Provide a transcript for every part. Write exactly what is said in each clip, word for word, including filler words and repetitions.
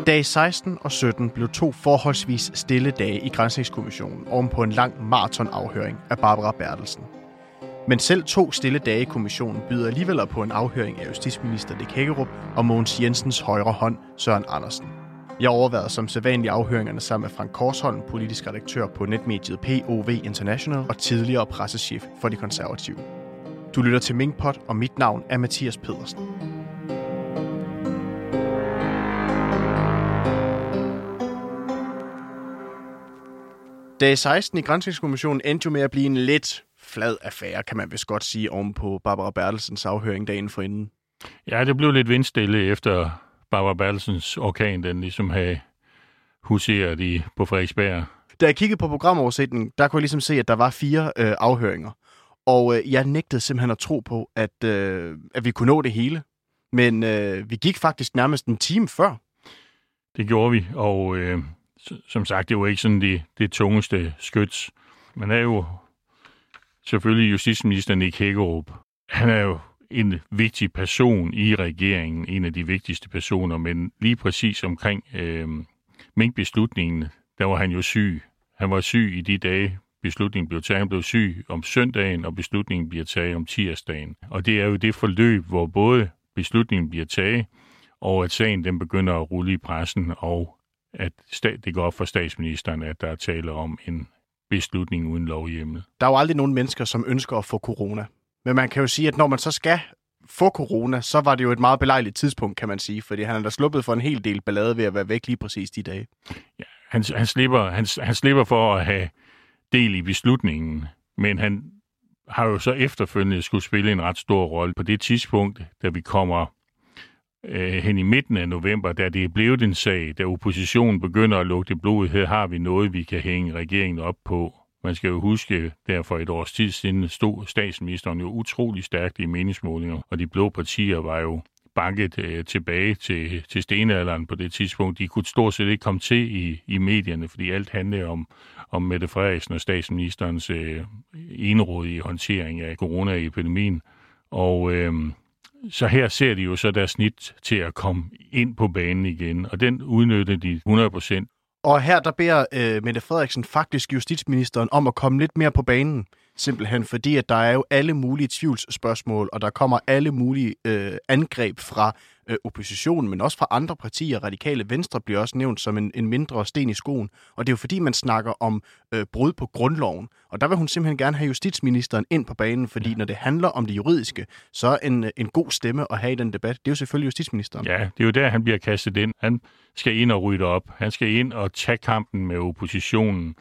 Dag seksten og sytten blev to forholdsvis stille dage i Granskningskommissionen oven på en lang maratonafhøring af Barbara Bertelsen. Men selv to stille dage i kommissionen byder alligevel på en afhøring af justitsminister Nick Hækkerup og Mogens Jensens højre hånd, Søren Andersen. Jeg overvejede som sædvanlige afhøringerne sammen med Frank Korsholm, politisk redaktør på netmediet P O V International og tidligere pressechef for De Konservative. Du lytter til Minkpot, og mit navn er Mathias Pedersen. Dag seksten i Granskningskommissionen endte jo med at blive en lidt flad affære, kan man vist godt sige, oven på Barbara Bertelsens afhøring dagen forinden. Ja, det blev lidt vindstille efter Barbara Bertelsens orkan, den ligesom havde huseret i, på Frederiksberg. Da jeg kiggede på programoversigten, der kunne jeg ligesom se, at der var fire øh, afhøringer. Og øh, jeg nægtede simpelthen at tro på, at, øh, at vi kunne nå det hele. Men øh, vi gik faktisk nærmest en time før. Det gjorde vi, og øh, som sagt, det var ikke sådan det, det tungeste skyts. Man er jo selvfølgelig justitsminister Nick Hækkerup. Han er jo en vigtig person i regeringen, en af de vigtigste personer, men lige præcis omkring øh, minkbeslutningen, der var han jo syg. Han var syg i de dage, beslutningen blev taget. Han blev syg om søndagen, og beslutningen bliver taget om tirsdagen. Og det er jo det forløb, hvor både beslutningen bliver taget, og at sagen den begynder at rulle i pressen, og at det går op for statsministeren, at der er tale om en beslutning uden lovhjemmel. Der er jo aldrig nogen mennesker, som ønsker at få corona. Men man kan jo sige, at når man så skal få corona, så var det jo et meget belejligt tidspunkt, kan man sige, fordi han er da sluppet for en hel del ballade ved at være væk lige præcis de dage. Ja, han, han, slipper, han, han slipper for at have del i beslutningen, men han har jo så efterfølgende skulle spille en ret stor rolle på det tidspunkt, da vi kommer øh, hen i midten af november, da det er blevet en sag, da oppositionen begynder at lugte blod. Her har vi noget, vi kan hænge regeringen op på. Man skal jo huske, der for et års tid siden stod statsministeren jo utrolig stærkt i meningsmålinger, og de blå partier var jo banket øh, tilbage til, til stenalderen på det tidspunkt. De kunne stort set ikke komme til i, i medierne, fordi alt handlede om, om Mette Frederiksen og statsministerens øh, enrådige håndtering af coronaepidemien. Og øh, så her ser de jo så deres snit til at komme ind på banen igen, og den udnytter de hundrede procent. Og her der beder øh, Mette Frederiksen faktisk justitsministeren om at komme lidt mere på banen. Simpelthen fordi, at der er jo alle mulige tvivlsspørgsmål, og der kommer alle mulige øh, angreb fra øh, oppositionen, men også fra andre partier. Radikale Venstre bliver også nævnt som en, en mindre sten i skoen. Og det er jo fordi, man snakker om øh, brud på grundloven. Og der vil hun simpelthen gerne have justitsministeren ind på banen, fordi ja. Når det handler om det juridiske, så er en, en god stemme at have i den debat. Det er jo selvfølgelig justitsministeren. Ja, det er jo der, han bliver kastet ind. Han skal ind og rydde op. Han skal ind og tage kampen med oppositionen.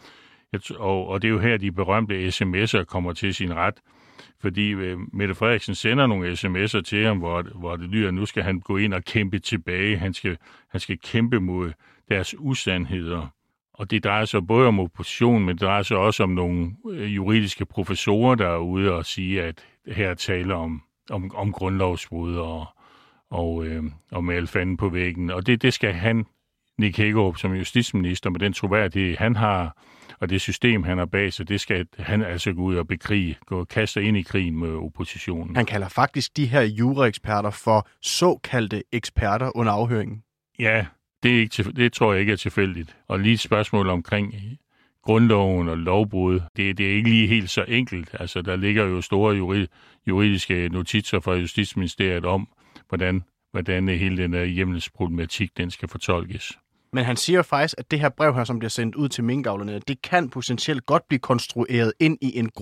Og, og det er jo her, de berømte sms'er kommer til sin ret, fordi øh, Mette Frederiksen sender nogle sms'er til ham, hvor, hvor det lyder, at nu skal han gå ind og kæmpe tilbage. Han skal, han skal kæmpe mod deres usandheder. Og det drejer sig både om opposition, men det drejer sig også om nogle øh, juridiske professorer, der er ude og sige, at her taler om, om, om grundlovsbrud og, og, øh, og male fanden på væggen. Og det, det skal han, Nick Hækkerup, som justitsminister, med den troværdighed, han har, og det system, han har bag sig, det skal han altså gå ud og bekrige, gå og kaste ind i krigen med oppositionen. Han kalder faktisk de her juraeksperter for såkaldte eksperter under afhøringen. Ja, det, er ikke, det tror jeg ikke er tilfældigt. Og lige et spørgsmål omkring grundloven og lovbrud, det, det er ikke lige helt så enkelt. Altså, der ligger jo store juridiske notitser fra Justitsministeriet om, hvordan, hvordan hele den her hjemmelsproblematik, den skal fortolkes. Men han siger faktisk, at det her brev her, som bliver sendt ud til minkavlerne, det kan potentielt godt blive konstrueret ind i en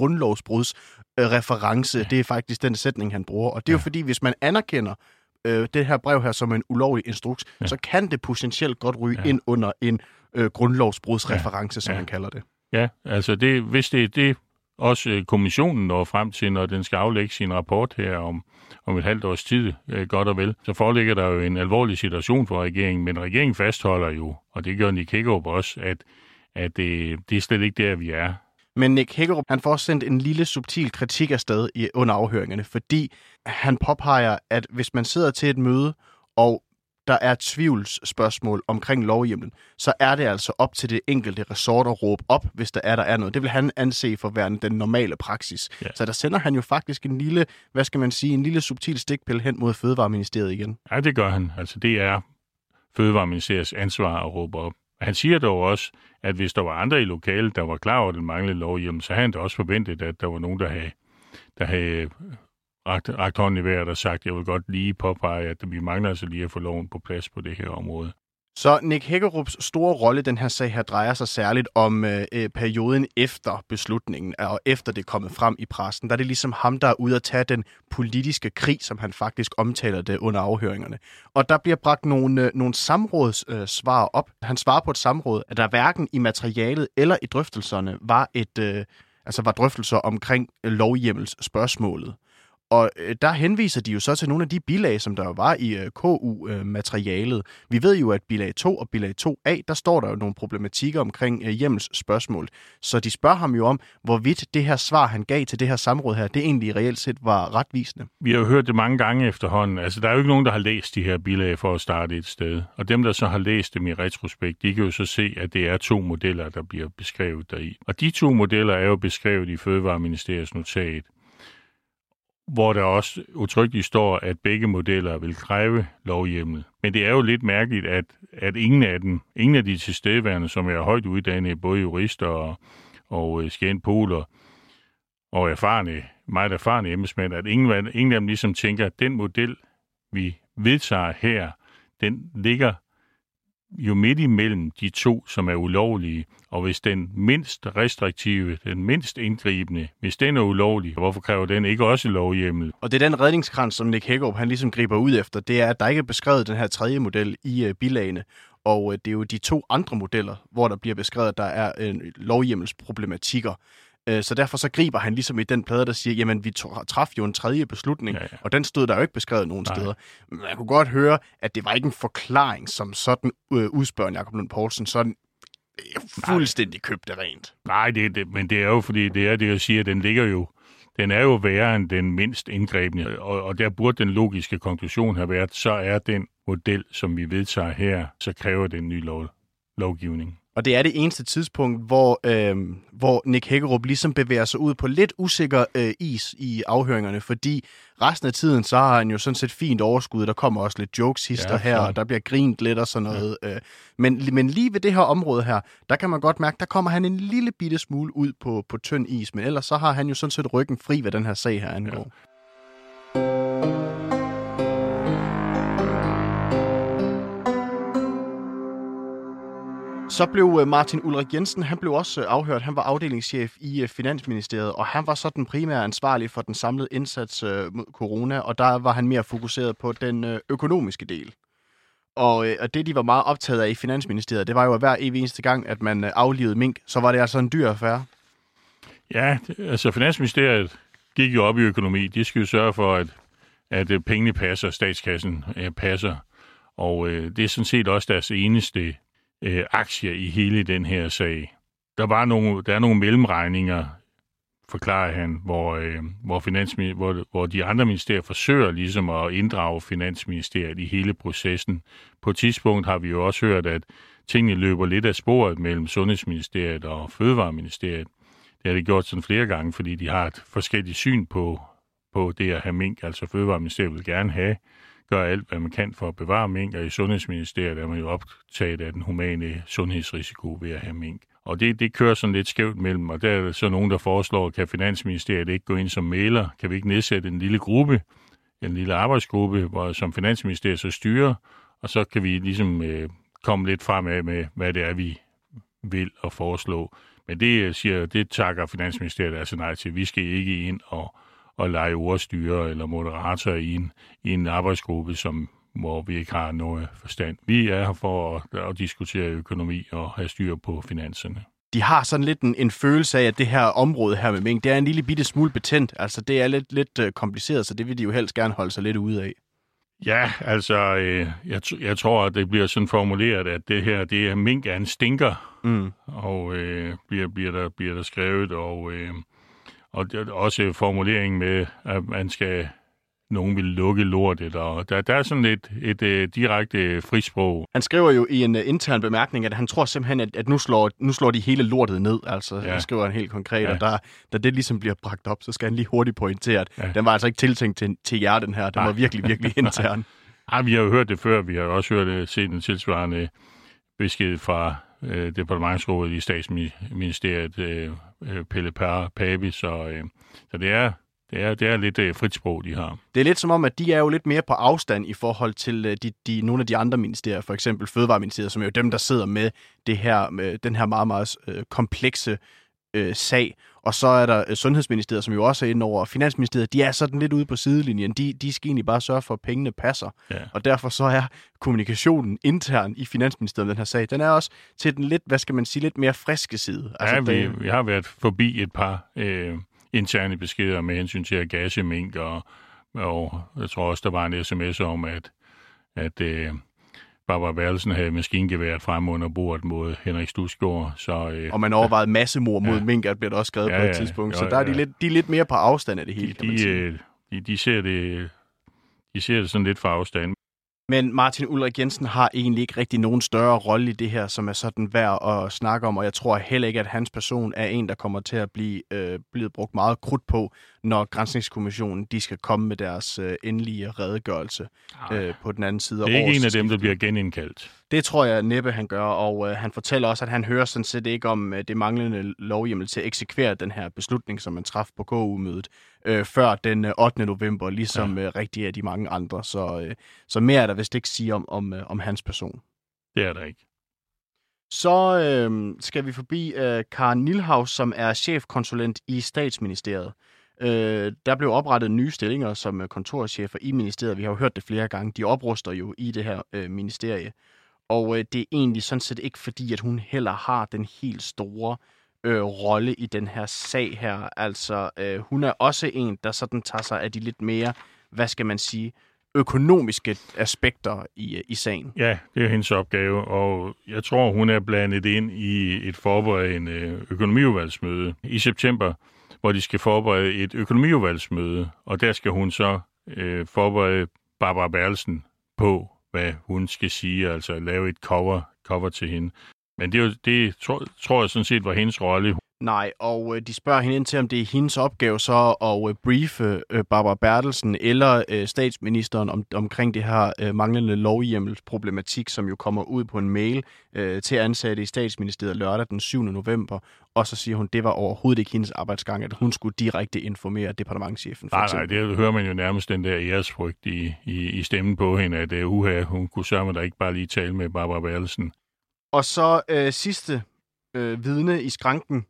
grundlovsbrudsreference. Øh, det er faktisk den sætning, han bruger. Og det er jo ja. Fordi, hvis man anerkender øh, det her brev her som en ulovlig instruks, ja. Så kan det potentielt godt ryge ja. Ind under en øh, grundlovsbrudsreference, ja. Som ja. Man kalder det. Ja, altså det, hvis det er det, også kommissionen når frem til, når den skal aflægge sin rapport her om, om et halvt års tid, øh, godt og vel, så foreligger der jo en alvorlig situation for regeringen, men regeringen fastholder jo, og det gør Nick Hækkerup også, at, at det, det er slet ikke der, vi er. Men Nick Hækkerup, han får sendt en lille subtil kritik afsted i, under afhøringerne, fordi han påpeger, at hvis man sidder til et møde, og der er tvivlsspørgsmål omkring lovhjemmelen, så er det altså op til det enkelte resort at råbe op, hvis der er, der er noget. Det vil han anse for at være den normale praksis. Ja. Så der sender han jo faktisk en lille, hvad skal man sige, en lille subtil stikpille hen mod Fødevareministeriet igen. Ja, det gør han. Altså det er Fødevareministeriets ansvar at råbe op. Han siger dog også, at hvis der var andre i lokalet, der var klar over den manglende lovhjemmel, så havde han da også forventet, at der var nogen, der havde, der havde rakt, rakt hånden i vejret og sagt, jeg vil godt lige påpege, at vi mangler altså lige at få loven på plads på det her område. Så Nick Hækkerups store rolle i den her sag her drejer sig særligt om øh, perioden efter beslutningen, og efter det er kommet frem i pressen. Der er det ligesom ham, der er ude at tage den politiske krig, som han faktisk omtaler det under afhøringerne. Og der bliver bragt nogle, øh, nogle samrådssvar øh, op. Han svarer på et samråd, at der hverken i materialet eller i drøftelserne var, et, øh, altså var drøftelser omkring øh, lovhjemmelsspørgsmålet. Og øh, der henviser de jo så til nogle af de bilag, som der var i øh, K U-materialet. Vi ved jo, at bilag to og bilag to A, der står der jo nogle problematikker omkring øh, hjemmelsspørgsmål. Så de spørger ham jo om, hvorvidt det her svar, han gav til det her samråd her, det egentlig reelt set var retvisende. Vi har jo hørt det mange gange efterhånden. Altså, der er jo ikke nogen, der har læst de her bilag for at starte et sted. Og dem, der så har læst dem i retrospekt, de kan jo så se, at det er to modeller, der bliver beskrevet deri. Og de to modeller er jo beskrevet i Fødevareministeriets notat, hvor der også utryggeligt står, at begge modeller vil kræve lovhjemmel. Men det er jo lidt mærkeligt, at, at ingen af dem, ingen af de tilstedeværende, som er højt uddannede, både jurister og, og skændpoler og erfarne, meget erfarne embedsmænd, at ingen, ingen af dem ligesom tænker, at den model, vi vedtager her, den ligger jo midt imellem de to, som er ulovlige, og hvis den mindst restriktive, den mindst indgribende, hvis den er ulovlig, hvorfor kræver den ikke også lovhjemmel? Og det er den redningskrans, som Nick Hækkerup, han ligesom griber ud efter, det er, at der ikke er beskrevet den her tredje model i uh, bilagene, og uh, det er jo de to andre modeller, hvor der bliver beskrevet, at der er uh, lovhjemmelsproblematikker. Uh, så derfor så griber han ligesom i den plade, der siger, jamen vi træffede jo en tredje beslutning, ja, ja. Og den stod der jo ikke beskrevet nogen Nej. steder. Men man kunne godt høre, at det var ikke en forklaring, som sådan uh, udspørger Jakob Lund Poulsen, sådan fuldstændig købt det rent. Nej, det, det, men det er jo, fordi det er det, jeg siger, at den ligger jo, den er jo værre end den mindst indgrebne, og, og der burde den logiske konklusion have været, så er den model, som vi vedtager her, så kræver den ny lov, lovgivning. Og det er det eneste tidspunkt, hvor, øh, hvor Nick Hækkerup ligesom bevæger sig ud på lidt usikker øh, is i afhøringerne, fordi resten af tiden, så har han jo sådan set fint overskud. Der kommer også lidt jokes hister ja, her, og der bliver grint lidt og sådan noget. Ja. Øh. Men, men lige ved det her område her, der kan man godt mærke, der kommer han en lille bitte smule ud på, på tynd is, men ellers så har han jo sådan set ryggen fri, hvad den her sag her angår. Ja. Så blev Martin Ulrik Jensen, han blev også afhørt. Han var afdelingschef i Finansministeriet, og han var så den primære ansvarlig for den samlede indsats mod corona, og der var han mere fokuseret på den økonomiske del. Og, og det, de var meget optaget af i Finansministeriet, det var jo, at hver evig eneste gang, at man aflivede mink, så var det altså en dyr affære. Ja, altså Finansministeriet gik jo op i økonomi. De skulle jo sørge for, at, at pengene passer, statskassen passer, og øh, det er sådan set også deres eneste Øh, aktier i hele den her sag. Der var nogle, der er nogle mellemregninger, forklarer han, hvor, øh, hvor, finansmi- hvor, hvor de andre ministerier forsøger ligesom at inddrage Finansministeriet i hele processen. På et tidspunkt har vi jo også hørt, at tingene løber lidt af sporet mellem Sundhedsministeriet og Fødevareministeriet. Det har det gjort sådan flere gange, fordi de har et forskelligt syn på, på det at have mink. Altså Fødevareministeriet vil gerne have gør alt, hvad man kan for at bevare mink, og i Sundhedsministeriet er man jo optaget af den humane sundhedsrisiko ved at have mink. Og det, det kører sådan lidt skævt mellem, og der er så nogen, der foreslår, kan Finansministeriet ikke gå ind som mægler? Kan vi ikke nedsætte en lille gruppe, en lille arbejdsgruppe, hvor, som Finansministeriet så styrer, og så kan vi ligesom øh, komme lidt fremad med, hvad det er, vi vil og foreslå. Men det, siger, det takker Finansministeriet altså nej til. Vi skal ikke ind og og lege ordstyre eller moderator i en, i en arbejdsgruppe, som, hvor vi ikke har noget forstand. Vi er her for at, at diskutere økonomi og have styr på finanserne. De har sådan lidt en, en følelse af, at det her område her med mink, det er en lille bitte smule betændt. Altså, det er lidt, lidt uh, kompliceret, så det vil de jo helst gerne holde sig lidt ude af. Ja, altså, øh, jeg, jeg tror, at det bliver sådan formuleret, at det her, det er mink er en stinker, mm. og øh, bliver, bliver, der, bliver der skrevet, og øh, Og også formuleringen med, at man skal, nogen vil lukke lortet, og der, der er sådan et, et, et direkte frisprog. Han skriver jo i en uh, intern bemærkning, at han tror simpelthen, at, at nu, slår, nu slår de hele lortet ned, altså, ja. Han skriver han helt konkret, ja. Og der, da det ligesom bliver bragt op, så skal han lige hurtigt pointere, at ja. Den var altså ikke tiltænkt til, til jer, den her, den Nej. Var virkelig, virkelig intern. Ja, vi har jo hørt det før. Vi har også hørt det, set en tilsvarende besked fra øh, departementsrådet i statsministeriet, øh, Pelle Pape, så, øh, så det er Det er, det er lidt øh, frit sprog, de har. Det er lidt som om, at de er jo lidt mere på afstand i forhold til øh, de, de, nogle af de andre ministerier, for eksempel Fødevareministeriet, som er jo dem, der sidder med, det her, med den her meget, meget øh, komplekse øh, sag. Og så er der øh, Sundhedsministeriet, som jo også er inde over Finansministeriet. De er sådan lidt ude på sidelinjen. De, de skal egentlig bare sørge for, at pengene passer. Ja. Og derfor så er kommunikationen intern i Finansministeriet om den her sag, den er også til den lidt, hvad skal man sige, lidt mere friske side. Altså, ja, vi, det... vi har været forbi et par... Øh... interne beskeder med hensyn til at gasse mink, og, og jeg tror også, der var en sms om, at, at øh, Barbara Bertelsen havde maskingeværet frem under bordet mod Henrik Studsgaard. Så, øh, og man overvejede massemord mod ja. mink, at bliver der også skrevet ja, på et tidspunkt. Ja, så der er de, ja. lidt, de er lidt mere på afstand af det hele, de, kan man sige. Øh, de, de, ser det, de ser det sådan lidt fra afstand. Men Martin Ulrik Jensen har egentlig ikke rigtig nogen større rolle i det her, som er sådan værd at snakke om, og jeg tror heller ikke, at hans person er en, der kommer til at blive øh, blevet brugt meget krudt på, når Granskningskommissionen de skal komme med deres øh, endelige redegørelse øh, på den anden side af året. Det er ikke en af dem, der bliver genindkaldt. Det tror jeg næppe, han gør, og øh, han fortæller også, at han hører sådan set ikke om øh, det manglende lovhjemmel til at eksekvere den her beslutning, som man traf på K U-mødet, øh, før den øh, ottende november, ligesom ja. øh, rigtig af de mange andre. Så, øh, så mere er der vist ikke sige om, om, øh, om hans person. Det er der ikke. Så øh, skal vi forbi øh, Karen Nilhaus, som er chefkonsulent i Statsministeriet. Øh, der blev oprettet nye stillinger som kontorchefer i ministeriet. Vi har jo hørt det flere gange. De opruster jo i det her øh, ministerie. Og øh, det er egentlig sådan set ikke fordi, at hun heller har den helt store øh, rolle i den her sag her. Altså, øh, hun er også en, der sådan tager sig af de lidt mere, hvad skal man sige, økonomiske aspekter i, i sagen. Ja, det er hendes opgave, og jeg tror, hun er blandet ind i et forberedende økonomiudvalgsmøde i september, hvor de skal forberede et økonomiudvalgsmøde, og der skal hun så øh, forberede Barbara Bertelsen på, hvad hun skal sige, altså lave et cover, cover til hende. Men det, er jo, det tror, tror jeg sådan set var hendes rolle. Nej, og øh, de spørger hende ind til, om det er hendes opgave så at øh, briefe øh, Barbara Bertelsen eller øh, statsministeren om, omkring det her øh, manglende lovhjemmelsproblematik, som jo kommer ud på en mail øh, til ansatte i Statsministeriet lørdag den syvende november. Og så siger hun, at det var overhovedet ikke hendes arbejdsgang, at hun skulle direkte informere departementschefen. For nej, nej, det hører man jo nærmest den der æresfrygt i, i, i stemmen på hende, at uh, uha, hun kunne sørge med, der ikke bare lige tale med Barbara Bertelsen. Og så øh, sidste øh, vidne i skranken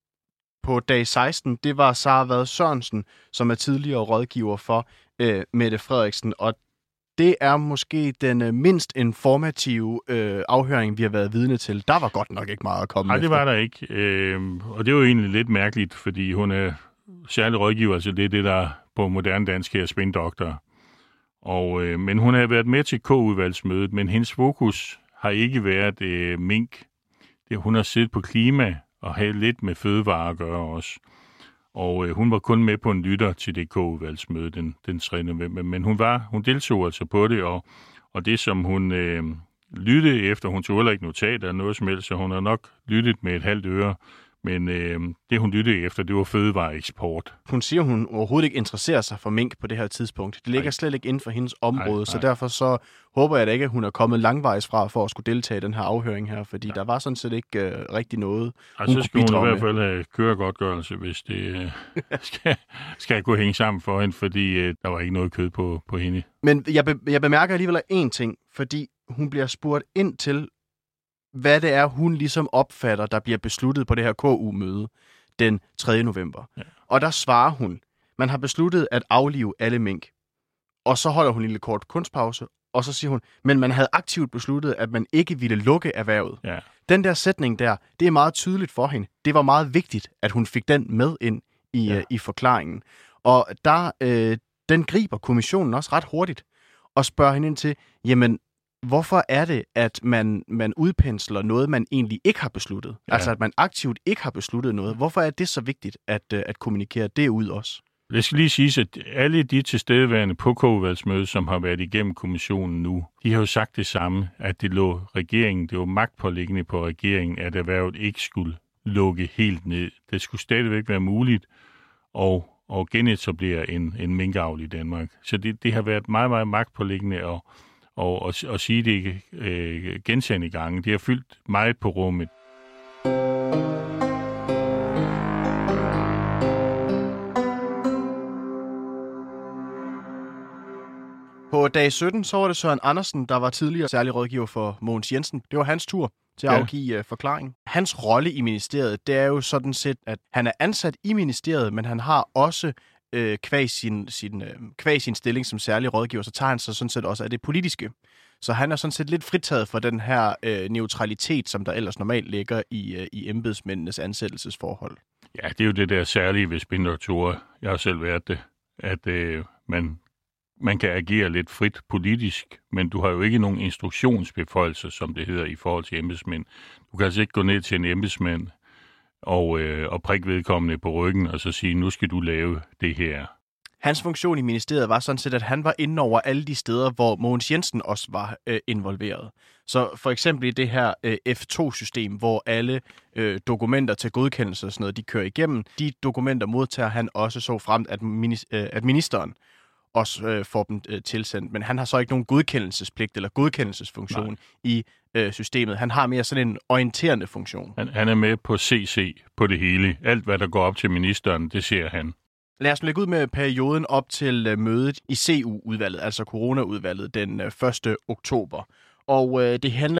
på dag seksten, det var Sara Vad Sørensen, som er tidligere rådgiver for øh, Mette Frederiksen. Og det er måske den øh, mindst informative øh, afhøring, vi har været vidne til. Der var godt nok ikke meget at komme Nej, efter. det var der ikke. Øh, og det var egentlig lidt mærkeligt, fordi hun er særlig rådgiver, altså det er det, der på moderne dansk her spindoktor. Og, øh, men hun har været med til K-udvalgsmødet, men hendes fokus har ikke været øh, mink. Det, hun har siddet på klima og havde lidt med fødevare at gøre også. Og øh, hun var kun med på en lytter til det K-udvalgsmøde den, den tredje november. Men hun var, hun deltog altså på det, og, og det som hun øh, lyttede efter, hun tog heller ikke notat eller noget som helst, så hun har nok lyttet med et halvt øre. Men øh, det, hun lyttede efter, det var fødevareeksport. Hun siger, hun overhovedet ikke interesserer sig for mink på det her tidspunkt. Det ligger Ej. slet ikke inden for hendes område, Ej, så derfor så håber jeg da ikke, at hun er kommet langvejs fra for at skulle deltage i den her afhøring her, fordi ja. der var sådan set ikke øh, rigtig noget, Ej, hun så skal hun i hvert fald have køregodtgørelse, hvis det øh, skal, skal gå hænge sammen for hende, fordi øh, der var ikke noget kød på, på hende. Men jeg, be- jeg bemærker alligevel én ting, fordi hun bliver spurgt ind til, hvad det er, hun ligesom opfatter, der bliver besluttet på det her K U-møde den tredje november. Ja. Og der svarer hun, man har besluttet at aflive alle mink. Og så holder hun en lille kort kunstpause, og så siger hun, men man havde aktivt besluttet, at man ikke ville lukke erhvervet. Ja. Den der sætning der, det er meget tydeligt for hende. Det var meget vigtigt, at hun fik den med ind i, ja. øh, i forklaringen. Og der, øh, den griber kommissionen også ret hurtigt, og spørger hende ind til, jamen, hvorfor er det, at man, man udpensler noget, man egentlig ikke har besluttet? Ja. Altså, at man aktivt ikke har besluttet noget. Hvorfor er det så vigtigt at, at kommunikere det ud også? Det skal lige siges, at alle de tilstedeværende på K-udvalgsmødet, som har været igennem kommissionen nu, de har jo sagt det samme, at det lå regeringen, det var magtpåliggende på regeringen, at erhvervet ikke skulle lukke helt ned. Det skulle stadigvæk være muligt at, at genetablere en, en minkavl i Danmark. Så det, det har været meget, meget magtpåliggende, og og, og, og sige det øh, gentagne gange. Det har fyldt meget på rummet. På dag sytten, så var det Søren Andersen, der var tidligere særlig rådgiver for Mogens Jensen. Det var hans tur til at ja. afgive uh, forklaring. Hans rolle i ministeriet, det er jo sådan set, at han er ansat i ministeriet, men han har også øh, kvæg, sin, sin, øh, kvæg sin stilling som særlig rådgiver, så tager han sig sådan set også af det politiske. Så han er sådan set lidt fritaget for den her øh, neutralitet, som der ellers normalt ligger i, øh, i embedsmændenes ansættelsesforhold. Ja, det er jo det der særlige ved spindoktorer. Jeg har selv været det, at øh, man... Man kan agere lidt frit politisk, men du har jo ikke nogen instruktionsbeføjelser, som det hedder, i forhold til embedsmænd. Du kan altså ikke gå ned til en embedsmand og, øh, og prikke vedkommende på ryggen og så sige, nu skal du lave det her. Hans funktion i ministeriet var sådan set, at han var inde over alle de steder, hvor Mogens Jensen også var øh, involveret. Så for eksempel i det her øh, F to system, hvor alle øh, dokumenter til godkendelse og sådan noget, de kører igennem. De dokumenter modtager han også så frem, at, minis- øh, at ministeren også øh, får dem øh, tilsendt, men han har så ikke nogen godkendelsespligt eller godkendelsesfunktion Nej. i øh, systemet. Han har mere sådan en orienterende funktion. Han, han er med på C C på det hele. Alt, hvad der går op til ministeren, det ser han. Lad os lægge ud med perioden op til øh, mødet i C U-udvalget, altså coronaudvalget, den øh, første oktober. Og øh, det handler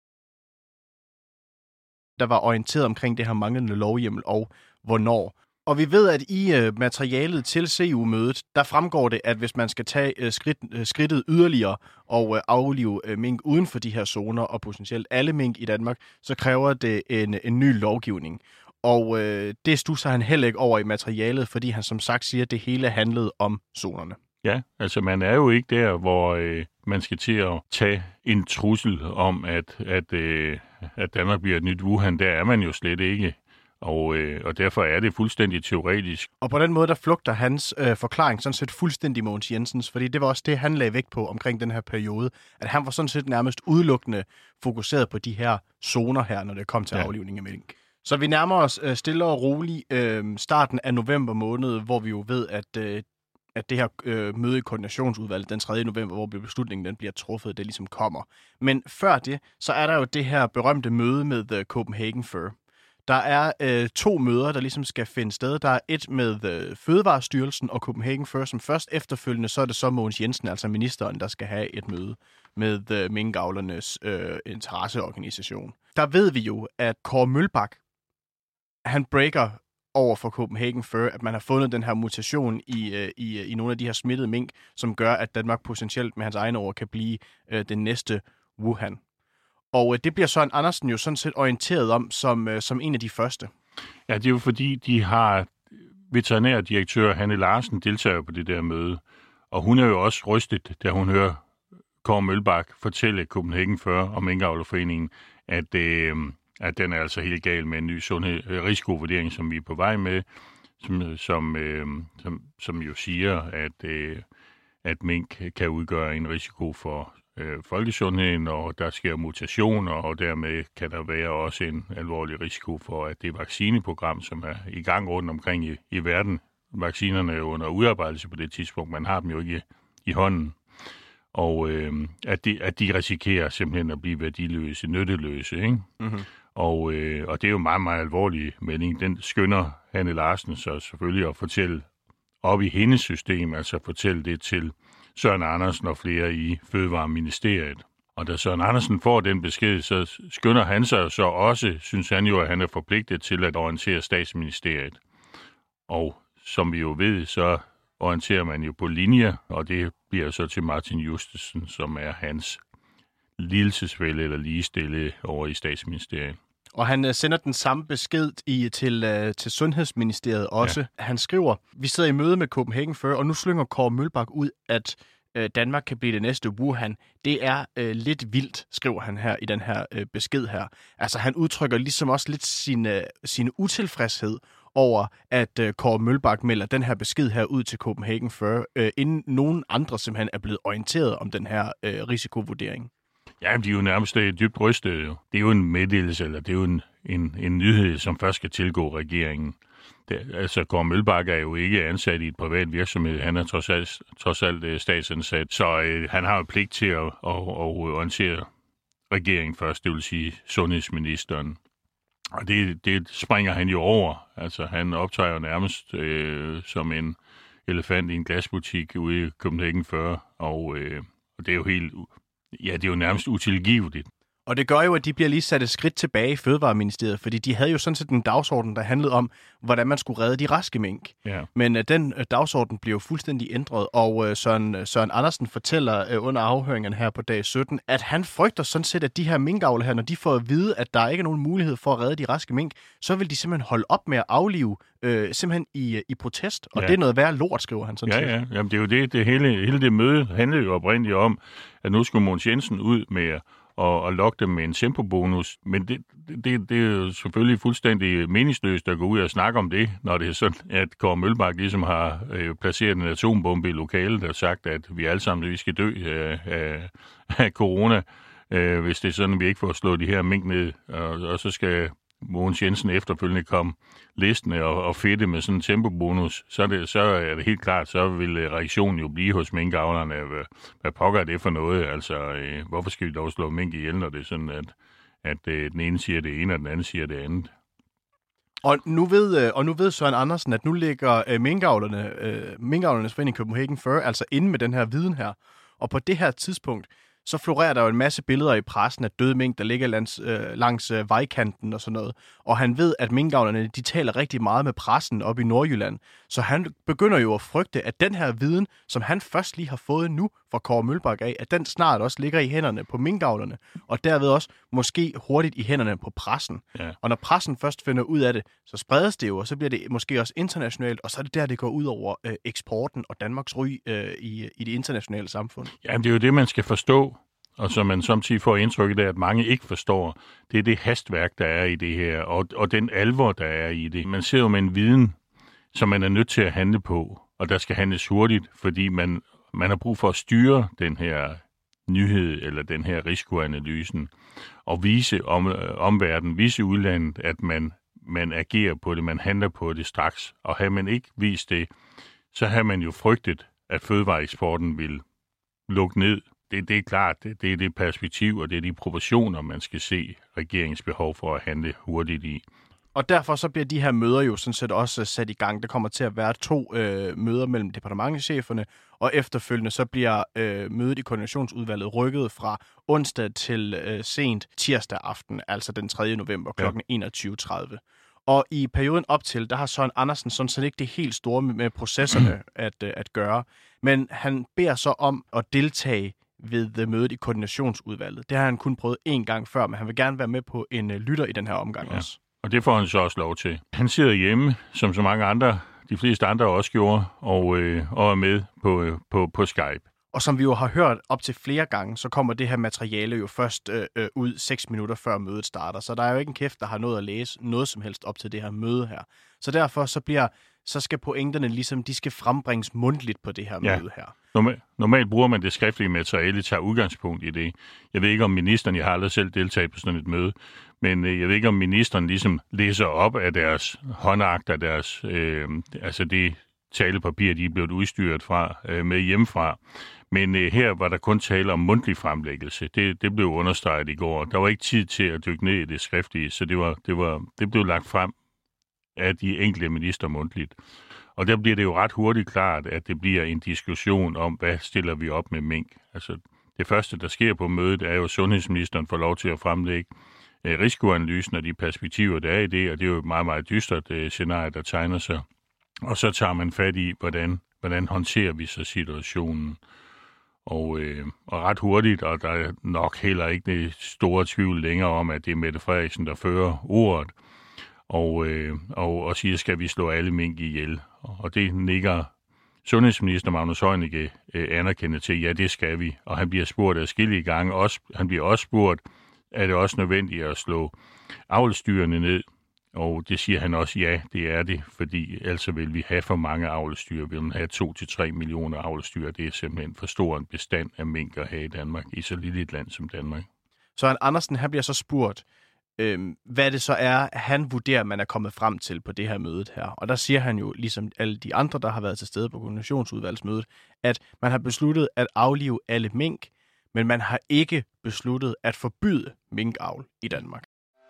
der var orienteret omkring det her manglende lovhjemmel og hvornår. Og vi ved, at i uh, materialet til C U-mødet, der fremgår det, at hvis man skal tage uh, skridt, uh, skridtet yderligere og uh, aflive uh, mink uden for de her zoner, og potentielt alle mink i Danmark, så kræver det en, en ny lovgivning. Og uh, det stusser han heller ikke over i materialet, fordi han som sagt siger, at det hele handlede om zonerne. Ja, altså man er jo ikke der, hvor øh, man skal til at tage en trussel om, at, at, øh, at Danmark bliver et nyt Wuhan. Der er man jo slet ikke. Og, øh, og derfor er det fuldstændig teoretisk. Og på den måde, der flugter hans øh, forklaring sådan set fuldstændig Mogens Jensens, fordi det var også det, han lagde vægt på omkring den her periode, at han var sådan set nærmest udelukkende fokuseret på de her zoner her, når det kom til ja. aflivning af mink. Så vi nærmer os øh, stille og roligt øh, starten af november måned, hvor vi jo ved, at, øh, at det her øh, møde i koordinationsudvalget den tredje november, hvor beslutningen den bliver truffet, det ligesom kommer. Men før det, så er der jo det her berømte møde med The Copenhagen Fur. Der er øh, to møder, der ligesom skal finde sted. Der er et med øh, Fødevarestyrelsen og Copenhagen Fur, som først efterfølgende, så er det så Mogens Jensen, altså ministeren, der skal have et møde med øh, minkavlernes øh, interesseorganisation. Der ved vi jo, at Kåre Mølbak, han breaker over for Copenhagen Fur, at man har fundet den her mutation i, øh, i, i nogle af de her smittede mink, som gør, at Danmark potentielt med hans egne ord kan blive øh, den næste Wuhan. Og øh, det bliver Søren Andersen jo sådan set orienteret om som, øh, som en af de første. Ja, det er jo fordi, de har veterinærdirektør Hanne Larsen deltager på det der møde. Og hun er jo også rystet, da hun hører Kåre Mølbak fortælle Copenhagen Fur og Minkavlerforeningen, at, øh, at den er altså helt gal med en ny sundhed, risikovurdering, som vi er på vej med, som, som, øh, som, som jo siger, at, øh, at mink kan udgøre en risiko for øh, folkesundheden, og der sker mutationer, og dermed kan der være også en alvorlig risiko for, at det vaccineprogram, som er i gang rundt omkring i, i verden, vaccinerne er under udarbejdelse på det tidspunkt, man har dem jo ikke i hånden, og øh, at, de, at de risikerer simpelthen at blive værdiløse, nytteløse, ikke? Mm-hmm. Og, øh, og det er jo meget, meget alvorlig melding. Den skynder Hanne Larsen så selvfølgelig at fortælle op i hendes system, altså fortælle det til Søren Andersen og flere i Fødevareministeriet. Og da Søren Andersen får den besked, så skynder han sig så også, synes han jo, at han er forpligtet til at orientere Statsministeriet. Og som vi jo ved, så orienterer man jo på linje, og det bliver så til Martin Justesen, som er hans lidelsesfælle eller ligestille over i Statsministeriet. Og han uh, sender den samme besked i, til, uh, til Sundhedsministeriet også. Ja. Han skriver, vi sidder i møde med Copenhagen Fur, og nu slynger Kåre Mølbak ud, at uh, Danmark kan blive det næste Wuhan. Det er uh, lidt vildt, skriver han her i den her uh, besked her. Altså han udtrykker ligesom også lidt sin, uh, sin utilfredshed over, at uh, Kåre Mølbak melder den her besked her ud til Copenhagen Fur, uh, inden nogen andre simpelthen er blevet orienteret om den her uh, risikovurdering. Ja, de er jo nærmest dybt rystede. Jo. Det er jo en meddelelse, eller det er jo en, en, en nyhed, som først skal tilgå regeringen. det, altså Kåre Mølbak er jo ikke ansat i et privat virksomhed. Han er trods alt, trods alt statsansat, så øh, han har jo pligt til at, at, at orientere regeringen først, det vil sige sundhedsministeren. Og det, det springer han jo over. Altså han optager jo nærmest øh, som en elefant i en glasbutik ude i København fyrre, og, øh, og det er jo helt, ja, det er jo nærmest utilgiveligt. Og det gør jo, at de bliver lige sat et skridt tilbage i Fødevareministeriet, fordi de havde jo sådan set en dagsorden, der handlede om, hvordan man skulle redde de raske mink. Ja. Men uh, den uh, dagsorden blev fuldstændig ændret, og uh, Søren, Søren Andersen fortæller uh, under afhøringen her på dag sytten, at han frygter sådan set, at de her minkavlere her, når de får at vide, at der ikke er nogen mulighed for at redde de raske mink, så vil de simpelthen holde op med at aflive uh, simpelthen i, uh, i protest, og ja. Det er noget værd lort, skriver han sådan ja, set. Ja, Jamen, det er jo det, det hele, hele det møde handlede jo oprindeligt om, at nu skulle Mogens Jensen ud med og, og lokke dem med en tempobonus. Men det, det, det er jo selvfølgelig fuldstændig meningsløst at gå ud og snakke om det, når det er sådan, at Kåre Mølbak ligesom har øh, placeret en atombombe i lokalet og sagt, at vi alle sammen vi skal dø af, af, af corona, øh, hvis det er sådan, at vi ikke får slået de her mink ned. Og, og så skal Mogens Jensen efterfølgende komme listende og, og fedte med sådan en tempobonus, så er, det, så er det helt klart, så vil reaktionen jo blive hos minkavlerne. Hvad, hvad pokker er det for noget? Altså, øh, hvorfor skal vi dog slå mink ihjel, når det er sådan, at, at øh, den ene siger det ene, og den anden siger det andet? Og nu ved, og nu ved Søren Andersen, at nu ligger øh, minkavlerne, øh, minkavlernes forening København fyrre altså inde med den her viden her. Og på det her tidspunkt, så florerer der jo en masse billeder i pressen af døde mink, der ligger langs, øh, langs øh, vejkanten og sådan noget. Og han ved, at minkavlerne, de taler rigtig meget med pressen op i Nordjylland. Så han begynder jo at frygte, at den her viden, som han først lige har fået nu fra Kåre Mølbak af, at den snart også ligger i hænderne på minkavlerne, og derved også måske hurtigt i hænderne på pressen. Ja. Og når pressen først finder ud af det, så spredes det jo, og så bliver det måske også internationalt, og så er det der, det går ud over øh, eksporten og Danmarks ry øh, i, i det internationale samfund. Jamen, det er jo det, man skal forstå, og som man samtidig får indtrykket af, at mange ikke forstår. Det er det hastværk, der er i det her, og, og den alvor, der er i det. Man ser jo med en viden, som man er nødt til at handle på, og der skal handles hurtigt, fordi man, man har brug for at styre den her nyhed, eller den her risikoanalysen, og vise om, omverdenen, vise udlandet, at man, man agerer på det, man handler på det straks. Og har man ikke vist det, så har man jo frygtet, at fødevareeksporten vil lukke ned. Det, det er klart, det, det er det perspektiv, og det er de proportioner, man skal se regeringens behov for at handle hurtigt i. Og derfor så bliver de her møder jo sådan set også sat i gang. Der kommer til at være to øh, møder mellem departementscheferne, og efterfølgende så bliver øh, mødet i koordinationsudvalget rykket fra onsdag til øh, sent tirsdag aften, altså den tredje november kl. enogtyve tredive. Og i perioden op til, der har Søren Andersen sådan set ikke det helt store med processerne at, øh, at gøre, men han beder så om at deltage ved mødet i koordinationsudvalget. Det har han kun prøvet én gang før, men han vil gerne være med på en uh, lytter i den her omgang ja. Også. Og det får han så også lov til. Han sidder hjemme, som så mange andre, de fleste andre også gjorde, og, øh, og er med på, øh, på, på Skype. Og som vi jo har hørt op til flere gange, så kommer det her materiale jo først øh, øh, ud seks minutter før mødet starter. Så der er jo ikke en kæft, der har nået at læse noget som helst op til det her møde her. Så derfor så bliver så skal pointerne ligesom, de skal frembringes mundtligt på det her ja. Møde her. Normalt, normalt bruger man det skriftlige materiale, tager udgangspunkt i det. Jeg ved ikke om ministeren, jeg har aldrig selv deltaget på sådan et møde, men øh, jeg ved ikke om ministeren ligesom læser op af deres håndakt, af deres, øh, altså det talepapir, de er blevet udstyret fra, øh, med hjemmefra. Men øh, her var der kun tale om mundtlig fremlæggelse. Det, det blev understreget i går. Der var ikke tid til at dykke ned i det skriftlige, så det, var, det, var, det blev lagt frem af de enkelte minister mundtligt. Og der bliver det jo ret hurtigt klart, at det bliver en diskussion om, hvad stiller vi op med mink. Altså, det første, der sker på mødet, er jo, at sundhedsministeren får lov til at fremlægge øh, risikoanalysen og de perspektiver, der er i det, og det er jo et meget, meget dystert øh, scenarie, der tegner sig. Og så tager man fat i, hvordan, hvordan håndterer vi så situationen. Og, øh, og ret hurtigt, og der er nok heller ikke det store tvivl længere om, at det er Mette Frederiksen, der fører ordet, og, øh, og, og siger, skal vi slå alle mink ihjel. Og det nikker sundhedsminister Magnus Heunicke øh, anerkender til, ja, det skal vi. Og han bliver spurgt adskillige gange. Også, han bliver også spurgt, er det også nødvendigt at slå avlsdyrene ned? Og det siger han også, ja, det er det, fordi ellers vil vi have for mange avlsdyr. Vi vil have to til tre millioner avlsdyr. Det er simpelthen for stor en bestand af mink at have i Danmark, i så lille et land som Danmark. Så Andersen, han bliver så spurgt, øh, hvad det så er, han vurderer, man er kommet frem til på det her møde her. Og der siger han jo, ligesom alle de andre, der har været til stede på koordinationsudvalgsmødet, at man har besluttet at aflive alle mink, men man har ikke besluttet at forbyde minkavl i Danmark.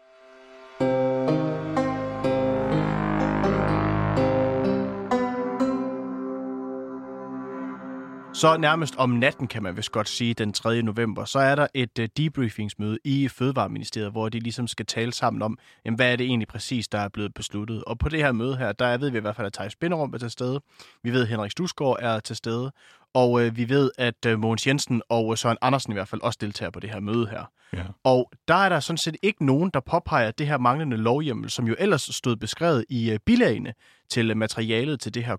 Så nærmest om natten, kan man vist godt sige, den tredje november, så er der et uh, debriefingsmøde i Fødevareministeriet, hvor de ligesom skal tale sammen om, jamen, hvad er det egentlig præcis, der er blevet besluttet. Og på det her møde her, der ved vi i hvert fald, at Theis Binderup er til stede. Vi ved, at Henrik Studsgaard er til stede. Og uh, vi ved, at uh, Mogens Jensen og uh, Søren Andersen i hvert fald også deltager på det her møde her. Ja. Og der er der sådan set ikke nogen, der påpeger det her manglende lovhjemmel, som jo ellers stod beskrevet i uh, bilagene til uh, materialet til det her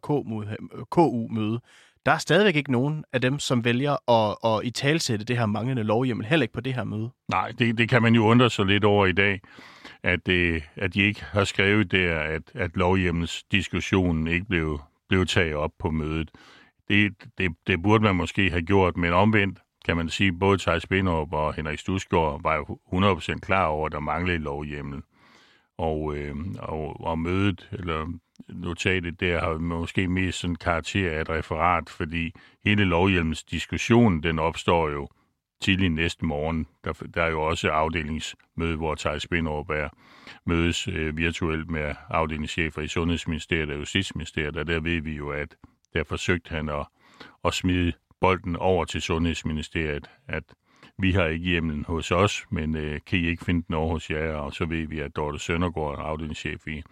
K U-møde. Der er stadigvæk ikke nogen af dem, som vælger at, at italesætte det her manglende lovhjemmel, heller ikke på det her møde. Nej, det, det kan man jo undre sig lidt over i dag, at, det, at de ikke har skrevet der, at, at lovhjemmelsdiskussionen ikke blev, blev taget op på mødet. Det, det, det burde man måske have gjort, men omvendt kan man sige, både Theis Binderup og Henrik Studsgaard var jo hundrede procent klar over, at der manglede lovhjemmel. Og, øh, og, og mødet, eller notatet der, har måske mest sådan karakter af et referat, fordi hele lovhjemmelsdiskussionen, den opstår jo tidlig næste morgen. Der, der er jo også afdelingsmøde, hvor Theis Binderup er mødes øh, virtuelt med afdelingschefer i Sundhedsministeriet og Justitsministeriet, og der ved vi jo, at der forsøgte han at, at smide bolden over til Sundhedsministeriet, at vi har ikke hjemmelen hos os, men øh, kan I ikke finde den over hos jer? Og så ved vi, at Dorte Søndergaard, afdelingschef i,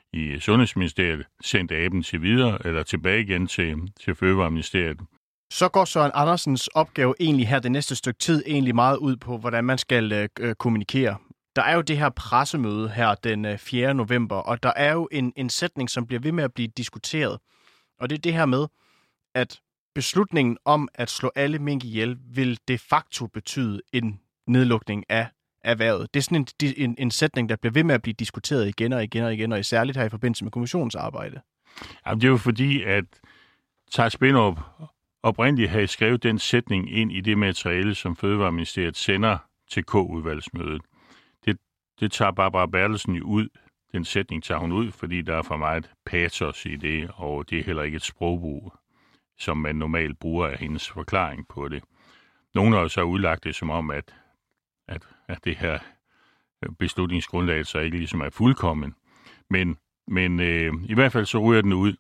i Sundhedsministeriet, sendte aben til videre, eller tilbage igen til, til Fødevareministeriet. Så går Søren Andersens opgave egentlig her det næste stykke tid egentlig meget ud på, hvordan man skal øh, kommunikere. Der er jo det her pressemøde her den fjerde november, og der er jo en, en sætning, som bliver ved med at blive diskuteret. Og det er det her med, at beslutningen om at slå alle mink ihjel vil de facto betyde en nedlukning af erhvervet. Det er sådan en, en, en sætning, der bliver ved med at blive diskuteret igen og igen og igen, og særligt her i forbindelse med kommissionens arbejde. Jamen, det er jo fordi, at Theis Binderup oprindeligt havde skrevet den sætning ind i det materiale, som Fødevareministeriet sender til K-udvalgsmødet. Det, det tager Barbara Bertelsen ud. Den sætning tager hun ud, fordi der er for meget patos i det, og det er heller ikke et sprogbrug, som man normalt bruger af hendes forklaring på det. Nogle har jo så udlagt det som om, at, at, at det her beslutningsgrundlag så ikke ligesom er fuldkommen. Men, men øh, i hvert fald så ryger den ud.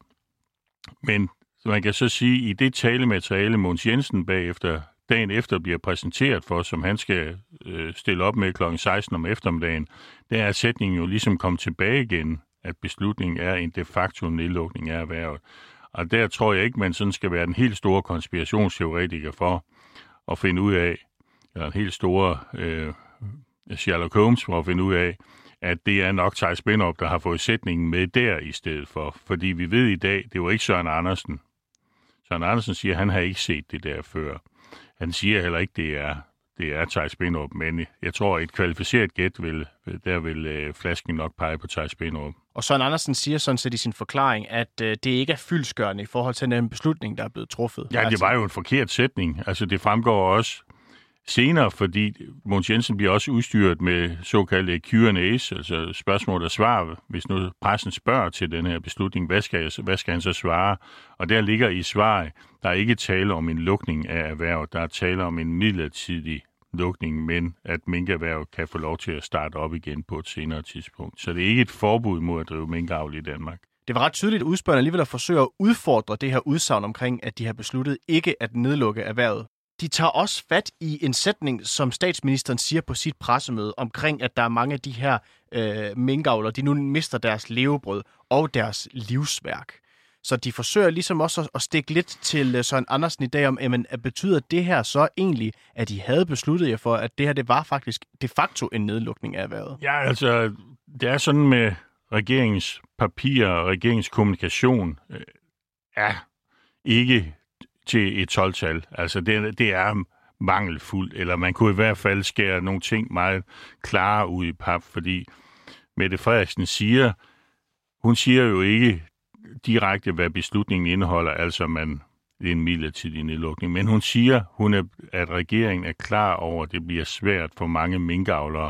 Men man kan så sige, at i det talemateriale, Mogens Jensen bagefter, dagen efter bliver præsenteret for, som han skal øh, stille op med klokken seksten om eftermiddagen, der er sætningen jo ligesom kommet tilbage igen, at beslutningen er en de facto nedlukning af erhvervet. Og der tror jeg ikke, man sådan skal være den helt store konspirationsteoretiker for at finde ud af, eller en helt store øh, Sherlock Holmes for at finde ud af, at det er nok Theis Binderup, der har fået sætningen med der i stedet for. Fordi vi ved i dag, det var ikke Søren Andersen. Søren Andersen siger, at han har ikke set det der før. Han siger heller ikke, det er det er Theis Binderup, men jeg tror, et kvalificeret gæt vil, der vil øh, flasken nok pege på Theis Binderup. Og Søren Andersen siger sådan set i sin forklaring, at øh, det ikke er fyldestgørende i forhold til den beslutning, der er blevet truffet. Ja, det var jo en forkert sætning. Altså, det fremgår også senere, fordi Mogens Jensen bliver også udstyret med såkaldte Q and A's, altså spørgsmål og svar. Hvis nu pressen spørger til den her beslutning, hvad skal, jeg, hvad skal han så svare? Og der ligger i svaret, der er ikke tale om en lukning af erhvervet, der er tale om en midlertidig lukning, men at minkerhvervet kan få lov til at starte op igen på et senere tidspunkt. Så det er ikke et forbud mod at drive minkavl i Danmark. Det var ret tydeligt, at udspørgerne alligevel at forsøge at udfordre det her udsagn omkring, at de har besluttet ikke at nedlukke erhvervet. De tager også fat i en sætning, som statsministeren siger på sit pressemøde, omkring, at der er mange af de her øh, minkavlere, de nu mister deres levebrød og deres livsværk. Så de forsøger ligesom også at stikke lidt til Søren Andersen i dag om, jamen, at betyder det her så egentlig, at de havde besluttet jer for, at det her det var faktisk de facto en nedlukning af erhvervet? Ja, altså, det er sådan med regeringens papirer og regeringens kommunikation øh, er ikke til et tolv-tal. Altså, det, det er mangelfuldt, eller man kunne i hvert fald skære nogle ting meget klare ud i pap, fordi Mette Frederiksen siger, hun siger jo ikke direkte, hvad beslutningen indeholder, altså man, det er en midlertidig nedlukning, men hun siger, hun er, at regeringen er klar over, at det bliver svært for mange minkavlere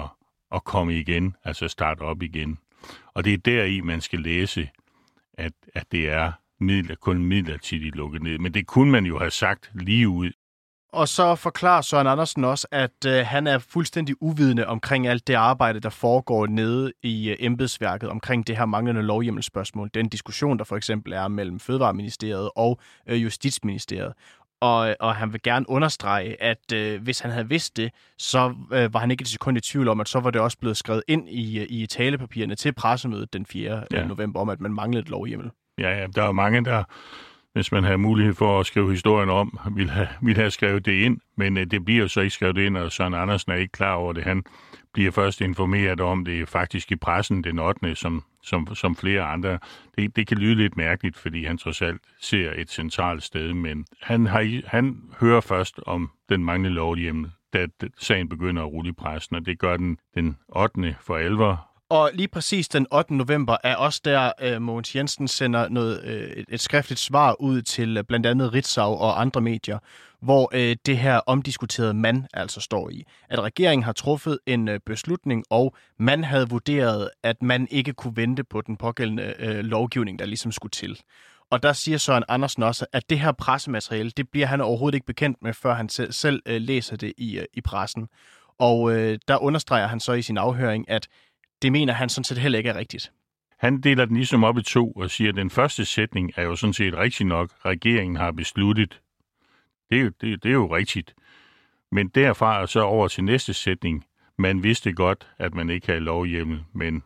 at komme igen, altså starte op igen. Og det er deri, man skal læse, at, at det er midler, kun midlertidigt lukket ned. Men det kunne man jo have sagt lige ud. Og så forklarer Søren Andersen også, at øh, han er fuldstændig uvidende omkring alt det arbejde, der foregår nede i øh, embedsværket omkring det her manglende lovhjemmelsspørgsmål. Den diskussion, der for eksempel er mellem Fødevareministeriet og øh, Justitsministeriet. Og, og han vil gerne understrege, at øh, hvis han havde vidst det, så øh, var han ikke et sekund i tvivl om, at så var det også blevet skrevet ind i, i talepapirerne til pressemødet den fjerde Ja. november om, at man manglede et lovhjemmel. Ja, ja, der er mange, der, hvis man har mulighed for at skrive historien om, vil have, vil have skrevet det ind, men øh, det bliver jo så ikke skrevet ind, og Søren Andersen er ikke klar over det. Han bliver først informeret om det faktisk i pressen den ottende som, som, som flere andre. Det, det kan lyde lidt mærkeligt, fordi han trods alt ser et centralt sted, men han, har, han hører først om den manglende lovhjemmel, da sagen begynder at rulle i pressen, og det gør den den ottende for alvor. Og lige præcis den ottende november er også der, øh, Mogens Jensen sender noget, øh, et, et skriftligt svar ud til øh, blandt andet Ritzau og andre medier, hvor øh, det her omdiskuterede man altså står i. At regeringen har truffet en øh, beslutning, og man havde vurderet, at man ikke kunne vente på den pågældende øh, lovgivning, der ligesom skulle til. Og der siger Søren Andersen også, at det her pressemateriale, det bliver han overhovedet ikke bekendt med, før han selv, selv øh, læser det i, øh, i pressen. Og øh, der understreger han så i sin afhøring, at det mener han sådan set heller ikke er rigtigt. Han deler den ligesom op i to og siger, at den første sætning er jo sådan set rigtig nok. Regeringen har besluttet. Det er jo, det, det er jo rigtigt. Men derfra og så over til næste sætning. Man vidste godt, at man ikke havde lovhjemmel, men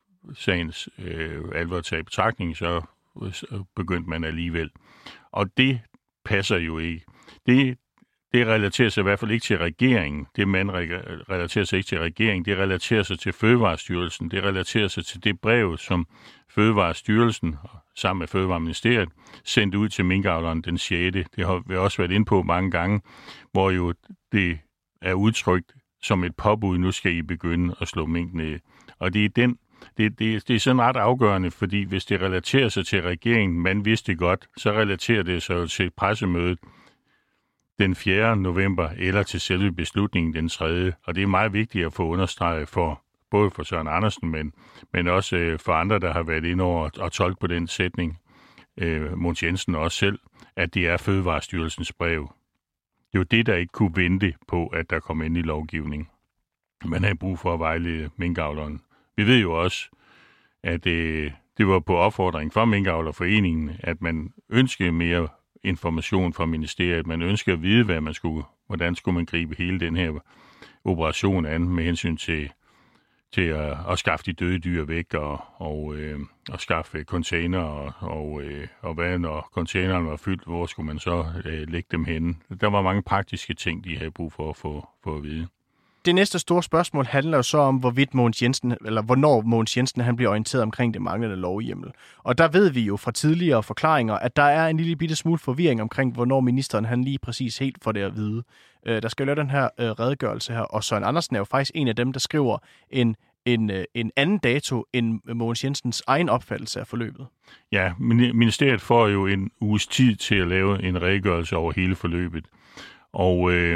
sagens øh, alvor taget i betragtning, så begyndte man alligevel. Og det passer jo ikke. Det Det relaterer sig i hvert fald ikke til regeringen. Det man relaterer sig ikke til regeringen. Det relaterer sig til Fødevarestyrelsen. Det relaterer sig til det brev, som Fødevarestyrelsen sammen med Fødevareministeriet sendte ud til minkavleren den sjette Det har vi også været inde på mange gange, hvor jo det er udtrykt som et påbud. Nu skal I begynde at slå mink ned. Og det er den Det, det, det er sådan ret afgørende, fordi hvis det relaterer sig til regeringen, man vidste godt, så relaterer det sig til pressemødet den fjerde november eller til selve beslutningen den tredje Og det er meget vigtigt at få understreget for både for Søren Andersen, men, men også for andre, der har været inde over og tolke på den sætning, øh, Mogens Jensen også selv, at det er Fødevarestyrelsens brev. Det er jo det, der ikke kunne vente på, at der kom ind i lovgivning. Man havde brug for at vejlede minkavleren. Vi ved jo også, at øh, det var på opfordring fra Minkavlerforeningen, at man ønskede mere information fra ministeriet. Man ønsker at vide, hvad man skulle, hvordan skulle man gribe hele den her operation an med hensyn til, til at, at skaffe de døde dyr væk og, og, øh, og skaffe container og, og, øh, og hvad når containeren var fyldt, hvor skulle man så øh, lægge dem henne. Der var mange praktiske ting, de havde brug for at få, få at vide. Det næste store spørgsmål handler jo så om, hvorvidt Mogens Jensen, eller hvornår Mogens Jensen han bliver orienteret omkring det manglende lovhjemmel. Og der ved vi jo fra tidligere forklaringer, at der er en lille bitte smule forvirring omkring, hvornår ministeren han lige præcis helt får det at vide. Der skal jo lave den her redegørelse her, og Søren Andersen er jo faktisk en af dem, der skriver en, en, en anden dato end Mogens Jensens egen opfattelse af forløbet. Ja, ministeriet får jo en uges tid til at lave en redegørelse over hele forløbet. Og øh,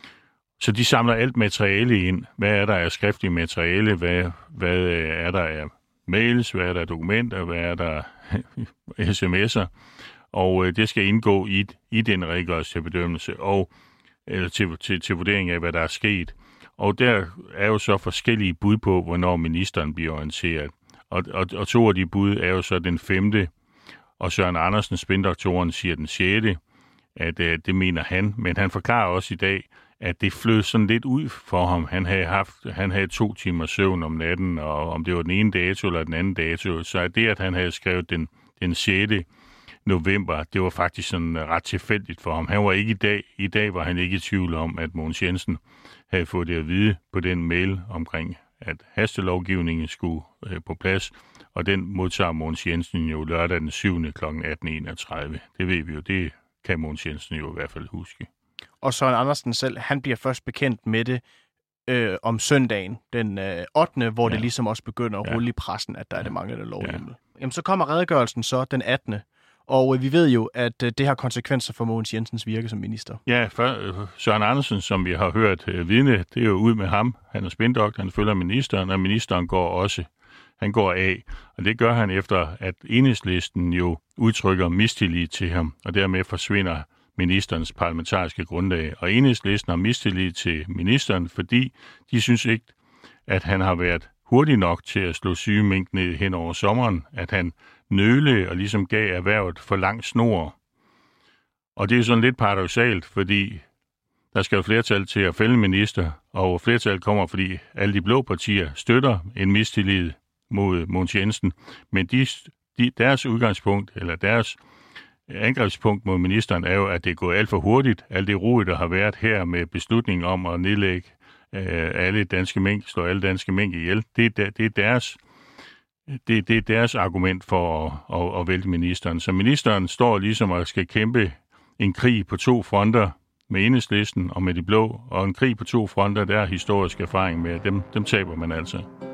så de samler alt materiale ind. Hvad er der af skriftligt materiale? Hvad, hvad er der af mails? Hvad er der af dokumenter? Hvad er der sms'er? Og øh, det skal indgå i, i den redegørelse til bedømmelse og eller til, til, til vurdering af, hvad der er sket. Og der er jo så forskellige bud på, hvornår ministeren bliver orienteret. Og, og, og to af de bud er jo så den femte og Søren Andersen, spindoktoren, siger den sjette at øh, det mener han. Men han forklarer også i dag, at det flød sådan lidt ud for ham. Han havde haft, han havde to timer søvn om natten, og om det var den ene dato eller den anden dato, så er det, at han havde skrevet den, den sjette november, det var faktisk sådan ret tilfældigt for ham. Han var ikke i dag, i dag var han ikke i tvivl om, at Mogens Jensen havde fået det at vide på den mail omkring, at hastelovgivningen skulle øh, på plads, og den modtager Mogens Jensen jo lørdag den syvende klokken atten enogtredive Det ved vi jo, det kan Mogens Jensen jo i hvert fald huske. Og Søren Andersen selv, han bliver først bekendt med det øh, om søndagen, den øh, ottende hvor ja. det ligesom også begynder at rulle ja. i pressen, at der er det manglende lovhjemmel. Ja. Jamen, så kommer redegørelsen så den attende Og øh, vi ved jo, at øh, det har konsekvenser for Mogens Jensens virke som minister. Ja, for Søren Andersen, som vi har hørt øh, vidne, det er jo ud med ham. Han er spindoktor, han følger ministeren, og ministeren går også. Han går af, og det gør han efter, at Enhedslisten jo udtrykker mistillid til ham, og dermed forsvinder ministerens parlamentariske grundlag. Og Enhedslisten har mistillid til ministeren, fordi de synes ikke, at han har været hurtig nok til at slå syge mink ned hen over sommeren, at han nøle og ligesom gav erhvervet for lang snor. Og det er sådan lidt paradoksalt, fordi der skal jo flertal til at fælde minister, og flertal kommer, fordi alle de blå partier støtter en mistillid mod Mogens Jensen, men de, de, deres udgangspunkt, eller deres angrebspunkt mod ministeren, er jo, at det er gået alt for hurtigt. Alt det rod, der har været her med beslutningen om at nedlægge øh, alle danske mink, slå alle danske mink ihjel, det er, det er deres det, det er deres argument for at, at, at vælte ministeren. Så ministeren står ligesom og skal kæmpe en krig på to fronter med Enhedslisten og med de blå, og en krig på to fronter, der er historisk erfaring med, dem, dem taber man altså.